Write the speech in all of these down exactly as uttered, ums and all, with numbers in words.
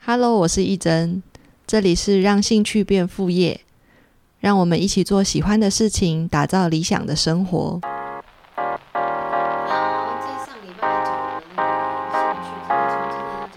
Hello， 我是一真，这里是让兴趣变副业，让我们一起做喜欢的事情，打造理想的生活。 好，在上礼拜讲的那个兴趣课程，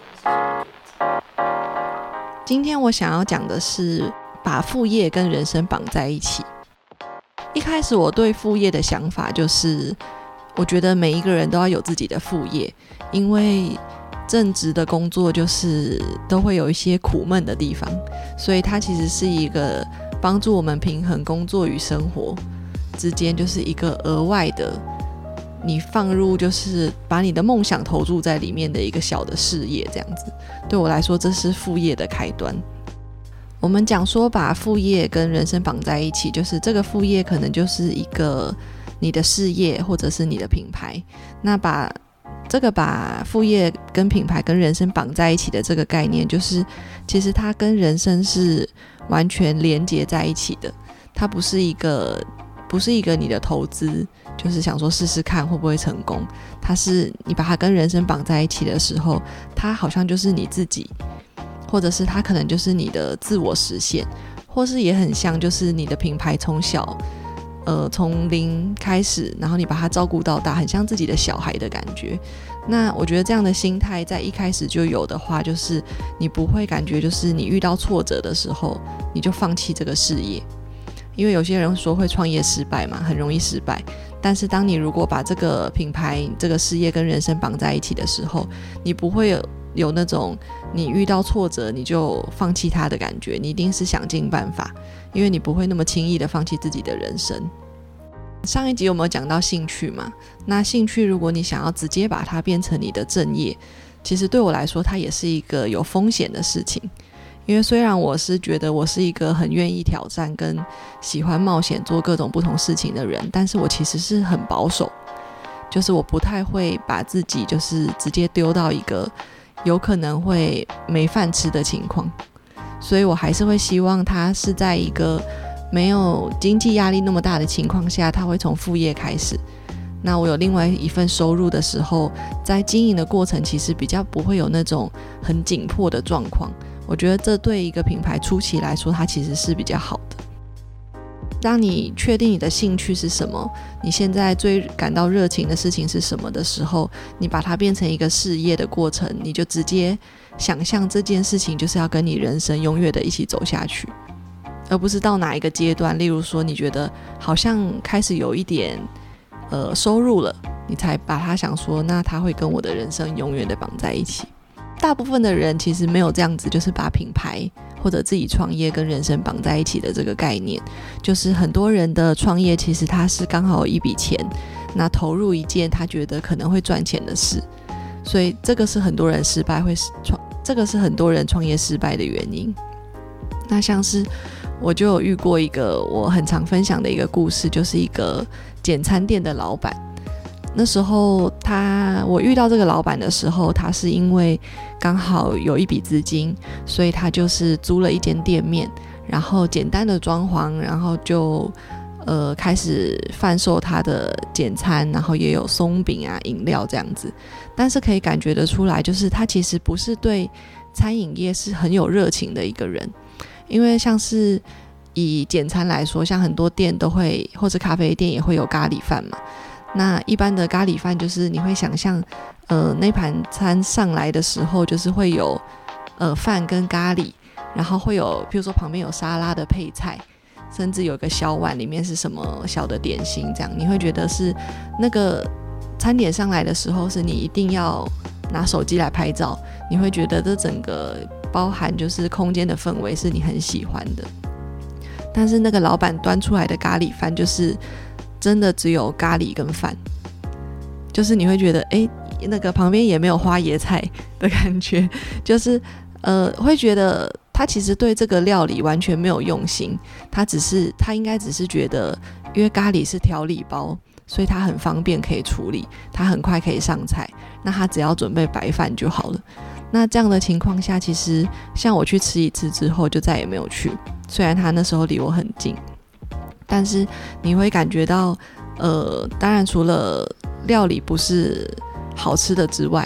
今天要讲的是什么主题？ 今天我想要讲的是把副业跟人生绑在一起。一开始我对副业的想法就是，我觉得每一个人都要有自己的副业，因为正职的工作就是都会有一些苦闷的地方，所以它其实是一个帮助我们平衡工作与生活之间，就是一个额外的你放入，就是把你的梦想投注在里面的一个小的事业，这样子对我来说这是副业的开端。我们讲说把副业跟人生绑在一起，就是这个副业可能就是一个你的事业或者是你的品牌，那把这个把副业跟品牌跟人生绑在一起的这个概念，就是其实它跟人生是完全连接在一起的，它不是一个不是一个你的投资，就是想说试试看会不会成功，它是你把它跟人生绑在一起的时候，它好像就是你自己，或者是它可能就是你的自我实现，或是也很像就是你的品牌从小呃，从零开始，然后你把它照顾到大，很像自己的小孩的感觉。那我觉得这样的心态在一开始就有的话，就是你不会感觉就是你遇到挫折的时候你就放弃这个事业，因为有些人说会创业失败嘛，很容易失败，但是当你如果把这个品牌这个事业跟人生绑在一起的时候，你不会有有那种你遇到挫折你就放弃它的感觉，你一定是想尽办法，因为你不会那么轻易的放弃自己的人生。上一集有没有讲到兴趣嘛？那兴趣如果你想要直接把它变成你的正业，其实对我来说它也是一个有风险的事情，因为虽然我是觉得我是一个很愿意挑战跟喜欢冒险做各种不同事情的人，但是我其实是很保守，就是我不太会把自己就是直接丢到一个有可能会没饭吃的情况，所以我还是会希望他是在一个没有经济压力那么大的情况下，他会从副业开始，那我有另外一份收入的时候，在经营的过程其实比较不会有那种很紧迫的状况，我觉得这对一个品牌初期来说它其实是比较好的。当你确定你的兴趣是什么，你现在最感到热情的事情是什么的时候，你把它变成一个事业的过程，你就直接想象这件事情就是要跟你人生永远的一起走下去，而不是到哪一个阶段，例如说你觉得好像开始有一点呃收入了，你才把它想说那它会跟我的人生永远的绑在一起。大部分的人其实没有这样子，就是把品牌或者自己创业跟人生绑在一起的这个概念，就是很多人的创业其实他是刚好有一笔钱，那投入一件他觉得可能会赚钱的事，所以这个是很多人失败会创，这个是很多人创业失败的原因。那像是我就有遇过一个我很常分享的一个故事，就是一个简餐店的老板。那时候他我遇到这个老板的时候，他是因为刚好有一笔资金，所以他就是租了一间店面，然后简单的装潢，然后就呃开始贩售他的简餐，然后也有松饼啊饮料这样子。但是可以感觉得出来，就是他其实不是对餐饮业是很有热情的一个人，因为像是以简餐来说，像很多店都会，或者咖啡店也会有咖喱饭嘛，那一般的咖喱饭就是你会想象呃那盘餐上来的时候就是会有呃饭跟咖喱，然后会有比如说旁边有沙拉的配菜，甚至有个小碗里面是什么小的点心，这样你会觉得是那个餐点上来的时候是你一定要拿手机来拍照，你会觉得这整个包含就是空间的氛围是你很喜欢的。但是那个老板端出来的咖喱饭就是真的只有咖喱跟饭，就是你会觉得诶那个旁边也没有花椰菜的感觉，就是呃会觉得他其实对这个料理完全没有用心，他只是他应该只是觉得因为咖喱是调理包，所以他很方便可以处理，他很快可以上菜，那他只要准备白饭就好了。那这样的情况下，其实像我去吃一次之后就再也没有去，虽然他那时候离我很近，但是你会感觉到呃，当然除了料理不是好吃的之外，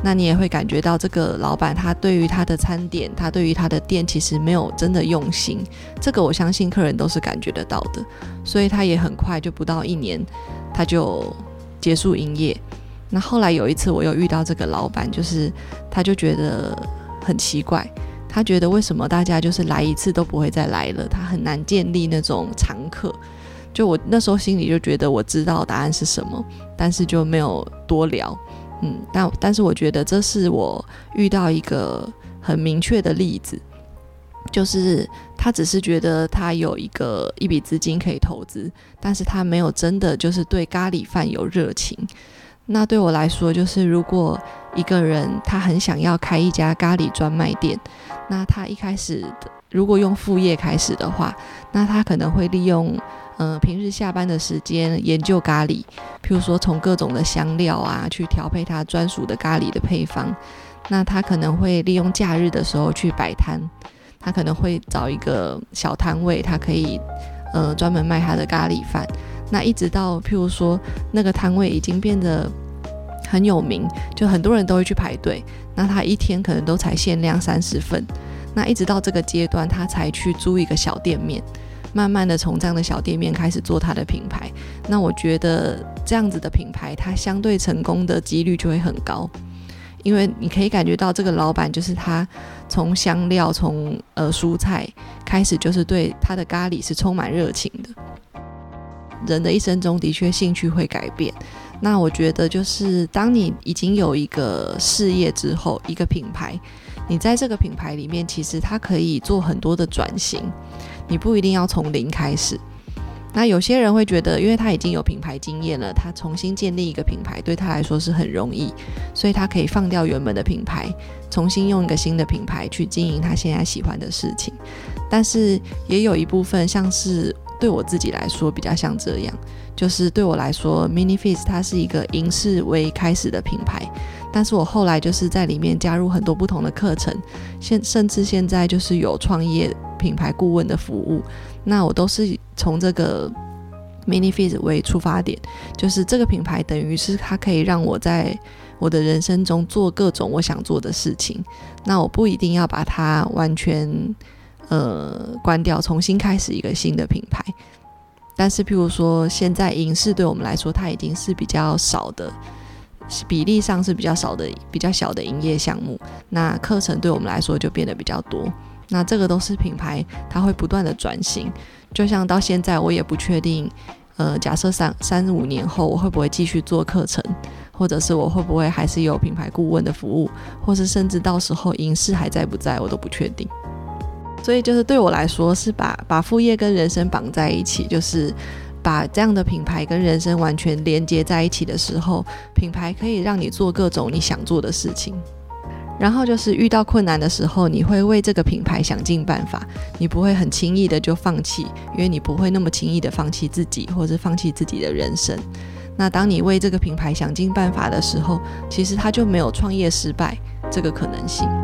那你也会感觉到这个老板他对于他的餐点，他对于他的店其实没有真的用心，这个我相信客人都是感觉得到的，所以他也很快就不到一年他就结束营业。那后来有一次我有遇到这个老板，就是他就觉得很奇怪，他觉得为什么大家就是来一次都不会再来了，他很难建立那种常客。就我那时候心里就觉得我知道答案是什么，但是就没有多聊。嗯，但但是我觉得这是我遇到一个很明确的例子，就是他只是觉得他有一个一笔资金可以投资，但是他没有真的就是对咖喱饭有热情。那对我来说，就是如果一个人他很想要开一家咖喱专卖店，那他一开始如果用副业开始的话，那他可能会利用呃平日下班的时间研究咖喱，譬如说从各种的香料啊去调配他专属的咖喱的配方。那他可能会利用假日的时候去摆摊，他可能会找一个小摊位，他可以呃专门卖他的咖喱饭。那一直到譬如说那个摊位已经变得很有名，就很多人都会去排队，那他一天可能都才限量三十份。那一直到这个阶段，他才去租一个小店面，慢慢的从这样的小店面开始做他的品牌。那我觉得这样子的品牌，它相对成功的几率就会很高，因为你可以感觉到这个老板就是他从香料从呃蔬菜开始，就是对他的咖喱是充满热情的。人的一生中的确兴趣会改变，那我觉得就是当你已经有一个事业之后，一个品牌，你在这个品牌里面其实它可以做很多的转型，你不一定要从零开始。那有些人会觉得因为他已经有品牌经验了，他重新建立一个品牌对他来说是很容易，所以他可以放掉原本的品牌，重新用一个新的品牌去经营他现在喜欢的事情。但是也有一部分像是对我自己来说比较像这样，就是对我来说 Mini-Feast 它是一个银饰为开始的品牌，但是我后来就是在里面加入很多不同的课程，现甚至现在就是有创业品牌顾问的服务，那我都是从这个 Mini-Feast 为出发点，就是这个品牌等于是它可以让我在我的人生中做各种我想做的事情，那我不一定要把它完全呃关掉，重新开始一个新的品牌。但是譬如说现在银饰对我们来说它已经是比较少的，比例上是比较少的比较小的营业项目，那课程对我们来说就变得比较多。那这个都是品牌它会不断的转型，就像到现在我也不确定呃，假设三三五年后我会不会继续做课程，或者是我会不会还是有品牌顾问的服务，或是甚至到时候银饰还在不在我都不确定。所以就是对我来说是把把副业跟人生绑在一起，就是把这样的品牌跟人生完全连接在一起的时候，品牌可以让你做各种你想做的事情。然后就是遇到困难的时候，你会为这个品牌想尽办法，你不会很轻易的就放弃，因为你不会那么轻易的放弃自己，或是放弃自己的人生。那当你为这个品牌想尽办法的时候，其实它就没有创业失败这个可能性。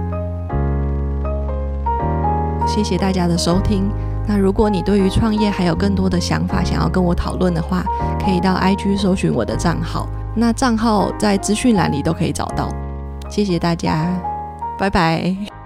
谢谢大家的收听。那如果你对于创业还有更多的想法想要跟我讨论的话，可以到 I G 搜寻我的账号，那账号在资讯栏里都可以找到。谢谢大家，拜拜。